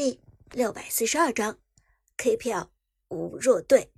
第642章 KPL 无弱队。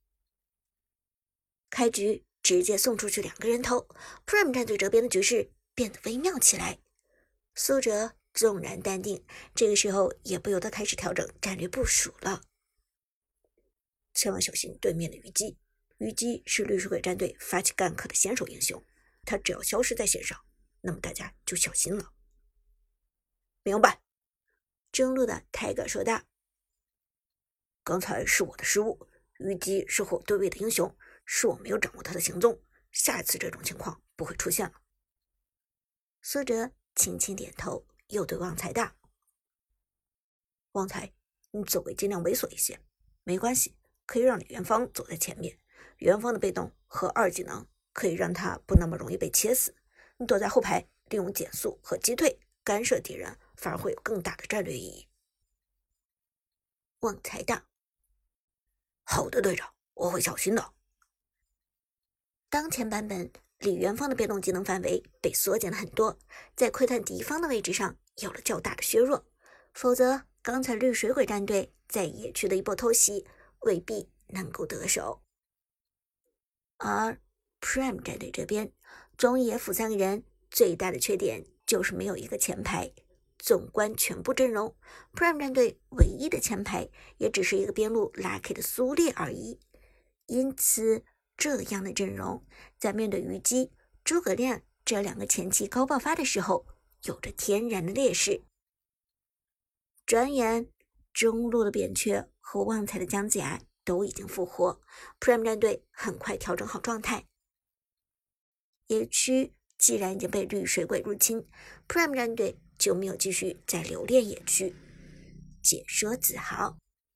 开局直接送出去2个人头 ，Prime 战队这边的局势变得微妙起来。苏哲纵然淡定，这个时候也不由得开始调整战略部署了。千万小心对面的虞姬，虞姬是绿水鬼战队发起干克的先手英雄，他只要消失在线上，那么大家就小心了。明白。中路的泰戈说道：“刚才是我的失误，虞姬是和我对位的英雄，是我没有掌握他的行踪，下一次这种情况不会出现了。”苏哲轻轻点头，又对旺财道：“旺财，你走位尽量猥琐一些，没关系，可以让李元芳走在前面，元芳的被动和2技能可以让他不那么容易被切死，你躲在后排，利用减速和击退干涉敌人，反而会有更大的战略意义。”旺财道：“好的，队长，我会小心的。”当前版本李元芳的变动技能范围被缩减了很多，在窥探敌方的位置上有了较大的削弱，否则刚才绿水鬼战队在野区的一波偷袭未必能够得手。而 Prime 战队这边，中野辅3个人最大的缺点就是没有一个前排。纵观全部阵容 ，Prime 战队唯一的前排也只是一个边路拉 K 的苏烈而已。因此，这样的阵容在面对虞姬、诸葛亮这2个前期高爆发的时候，有着天然的劣势。转眼，中路的扁鹊和旺财的姜子牙都已经复活 ，Prime 战队很快调整好状态。野区既然已经被绿水鬼入侵 ，Prime 战队就没有继续再留恋野区。解说子豪：“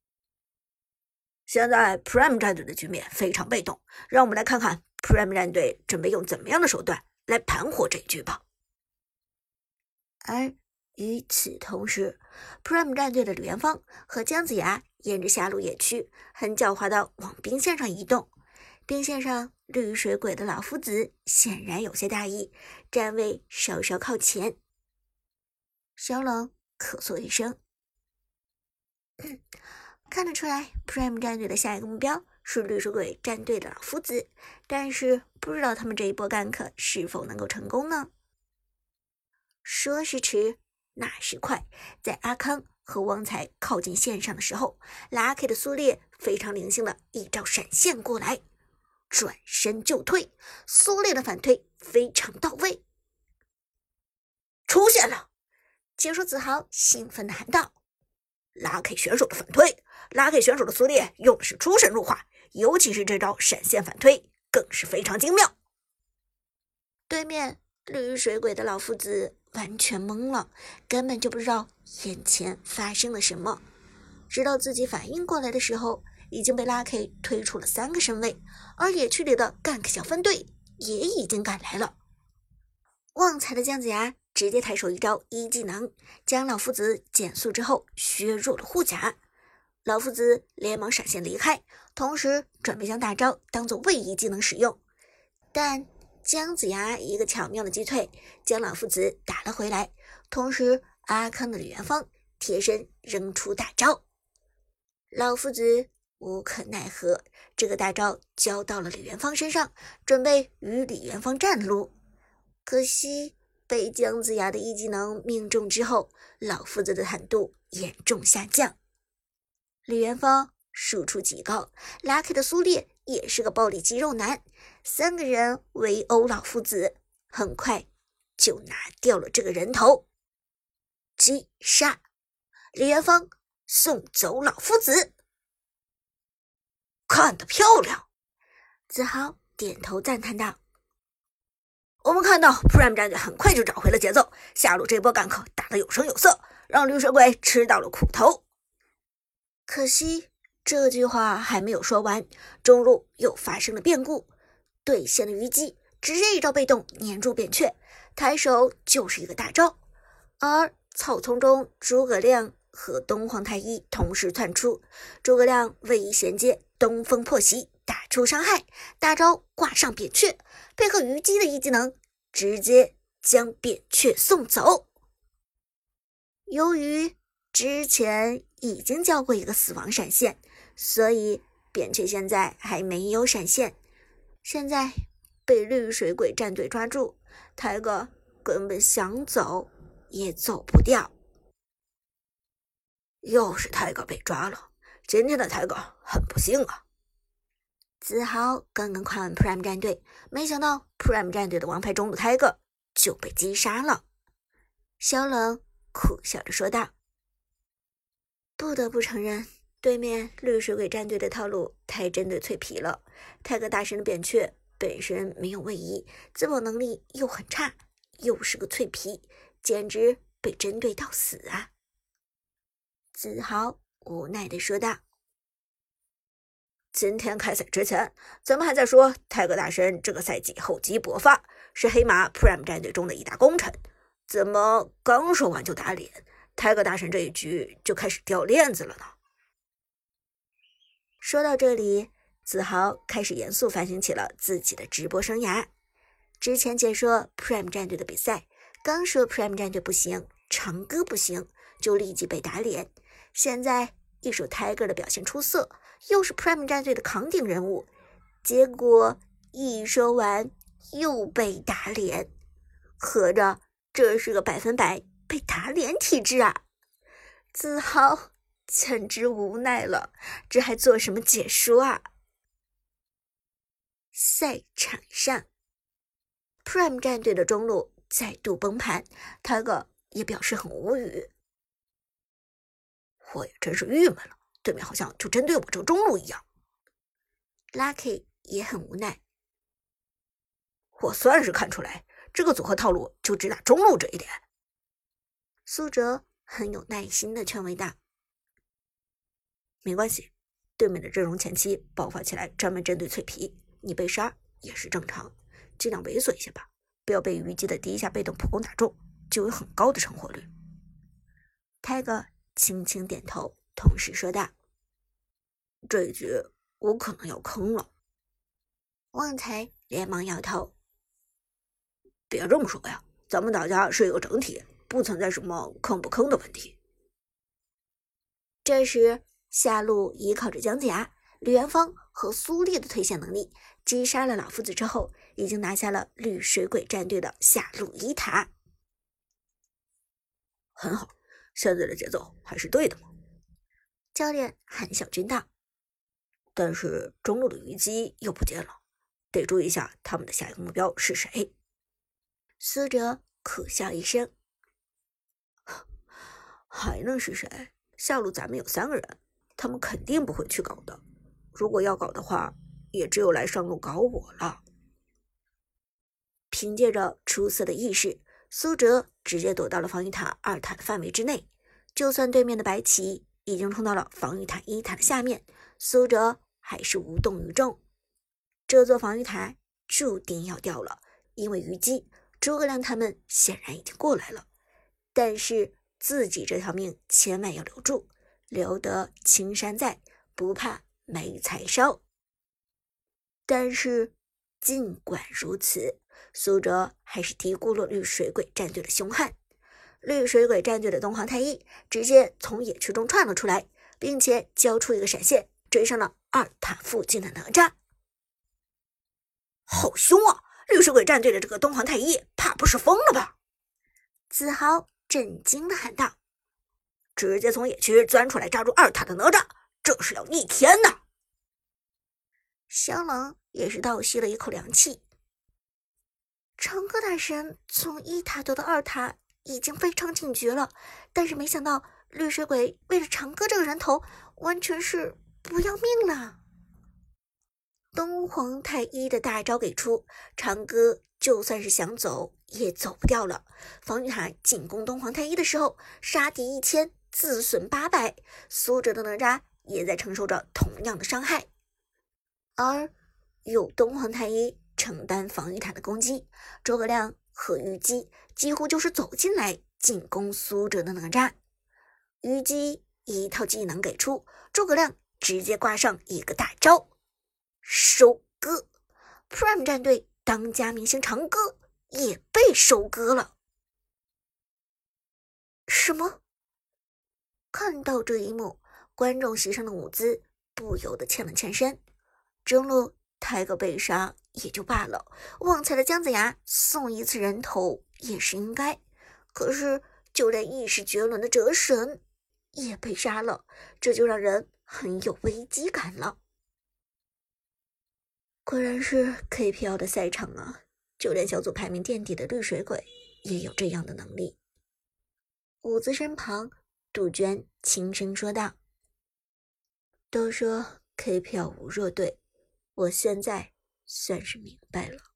现在 Prime 战队的局面非常被动，让我们来看看 Prime 战队准备用怎么样的手段来盘活这一局吧。”而与此同时 ，Prime 战队的李元芳和姜子牙沿着下路野区很狡猾地往兵线上移动。兵线上，绿水鬼的老夫子显然有些大意，站位稍稍靠前。小冷咳嗽一声，看得出来 ，Prime 战队的下一个目标是绿水鬼战队的老夫子，但是不知道他们这一波干克是否能够成功呢？说时迟，那时快，在阿康和旺财靠近线上的时候，拉 K 的苏烈非常灵性的一招闪现过来，转身就退，苏烈的反推非常到位，出现了！解说子豪兴奋地喊道：“拉 K 选手的反推，拉 K 选手的苏烈用的是出神入化，尤其是这招闪现反推更是非常精妙。”对面绿水鬼的老夫子完全懵了，根本就不知道眼前发生了什么。直到自己反应过来的时候，已经被拉 K 推出了3个身位，而野区里的 gank 小分队也已经赶来了。旺财的姜子牙直接抬手一招1技能，将老夫子减速之后削弱了护甲。老夫子连忙闪现离开，同时准备将大招当做位移技能使用，但姜子牙一个巧妙的击退，将老夫子打了回来。同时，阿康的李元芳贴身扔出大招，老夫子无可奈何，这个大招交到了李元芳身上，准备与李元芳战撸。可惜被姜子牙的1技能命中之后，老夫子的坦度严重下降。李元芳输出极高，拉 K 的苏烈也是个暴力肌肉男，3个人围殴老夫子，很快就拿掉了这个人头。击杀！李元芳送走老夫子，看得漂亮！子豪点头赞叹道：“我们看到 Prime 战队很快就找回了节奏，下路这波干克打得有声有色，让绿水鬼吃到了苦头。”可惜这句话还没有说完，中路又发生了变故。对线的虞姬直接一招被动粘住扁鹊，抬手就是一个大招，而草丛中诸葛亮和东皇太一同时窜出，诸葛亮位移衔接，东风破袭打出伤害，大招挂上扁鹊，配合虞姬的1技能，直接将扁鹊送走。由于之前已经交过一个死亡闪现，所以扁鹊现在还没有闪现。现在被绿水鬼战队抓住，泰戈根本想走也走不掉。 又是泰戈被抓了，今天的泰戈很不幸啊。 子豪刚刚夸完 Prime 战队，没想到 Prime 战队的王牌中路泰戈就被击杀了。小冷苦笑着说道：不得不承认，对面绿水鬼战队的套路太针对脆皮了。泰戈大神的扁鹊本身没有位移，自保能力又很差，又是个脆皮，简直被针对到死啊！子豪无奈地说道： 今天开赛之前，咱们还在说泰戈大神这个赛季厚积薄发，是黑马 Prime 战队中的一大功臣，怎么刚说完就打脸？泰戈大神这一局就开始掉链子了呢？ 说到这里，子豪开始严肃反省起了自己的直播生涯。之前解说 Prime 战队的比赛，刚说 Prime 战队不行，长歌不行，就立即被打脸。现在一手 Tiger 的表现出色，又是 Prime 战队的扛鼎人物，结果一说完又被打脸，合着这是个100%被打脸体质啊！子豪简直无奈了，这还做什么解说啊？赛场上 ，Prime 战队的中路再度崩盘，Tiger 也表示很无语。 我也真是郁闷了，对面好像就针对我这个中路一样。 Lucky 也很无奈。 我算是看出来，这个组合套路就只打中路这一点。 苏哲很有耐心的劝慰道： 没关系，对面的阵容前期爆发起来专门针对脆皮，你被杀也是正常，尽量猥琐一些吧，不要被虞姬的第一下被动普攻打中，就有很高的成活率。 Tiger 轻轻点头，同时说道： 这一局我可能要坑了。 旺财连忙摇头： 别这么说呀，咱们大家是一个整体，不存在什么坑不坑的问题。 这时下路依靠着姜子牙、吕元芳和苏烈的推线能力，击杀了老夫子之后，已经拿下了绿水鬼战队的下路1塔。 很好，现在的节奏还是对的嘛。 教练韩小军道： 但是中路的虞姬又不见了，得注意一下他们的下一个目标是谁。 苏哲苦笑一声： 还能是谁？下路咱们有3个人，他们肯定不会去搞的。如果要搞的话，也只有来上路搞我了。 凭借着出色的意识，苏哲直接躲到了防御塔2塔的范围之内。就算对面的白起已经冲到了防御塔1塔的下面，苏哲还是无动于衷。这座防御塔注定要掉了，因为虞姬、诸葛亮他们显然已经过来了。但是自己这条命千万要留住，留得青山在，不怕没柴烧。但是尽管如此，苏哲还是低估了绿水鬼战队的凶悍。绿水鬼战队的东皇太一直接从野区中窜了出来，并且交出一个闪现，追上了2塔附近的哪吒。 好凶啊！绿水鬼战队的这个东皇太一怕不是疯了吧？ 子豪震惊地喊道： 直接从野区钻出来抓住2塔的哪吒，这是要逆天呐！ 小冷也是倒吸了一口凉气。长歌大神从1塔夺到2塔已经非常警觉了，但是没想到绿水鬼为了长歌这个人头，完全是不要命了。东皇太一的大招给出，长歌就算是想走也走不掉了。防御塔进攻东皇太一的时候，杀敌1000，自损800，苏哲的哪吒也在承受着同样的伤害。而有东皇太一承担防御塔的攻击，诸葛亮和虞姬几乎就是走进来进攻苏哲的哪吒。虞姬一套技能给出，诸葛亮直接挂上一个大招收割。 Prime 战队当家明星长歌也被收割了。什么？ 看到这一幕，观众席上的伍兹不由得欠了欠身。中路抬个被杀也就罢了，旺财的姜子牙送一次人头也是应该。可是就连意识绝伦的哲神也被杀了，这就让人很有危机感了。果然是 KPL 的赛场啊，就连小组排名垫底的绿水鬼也有这样的能力。伍兹身旁，杜鹃轻声说道：“都说 KPL 无弱队，我现在算是明白了。”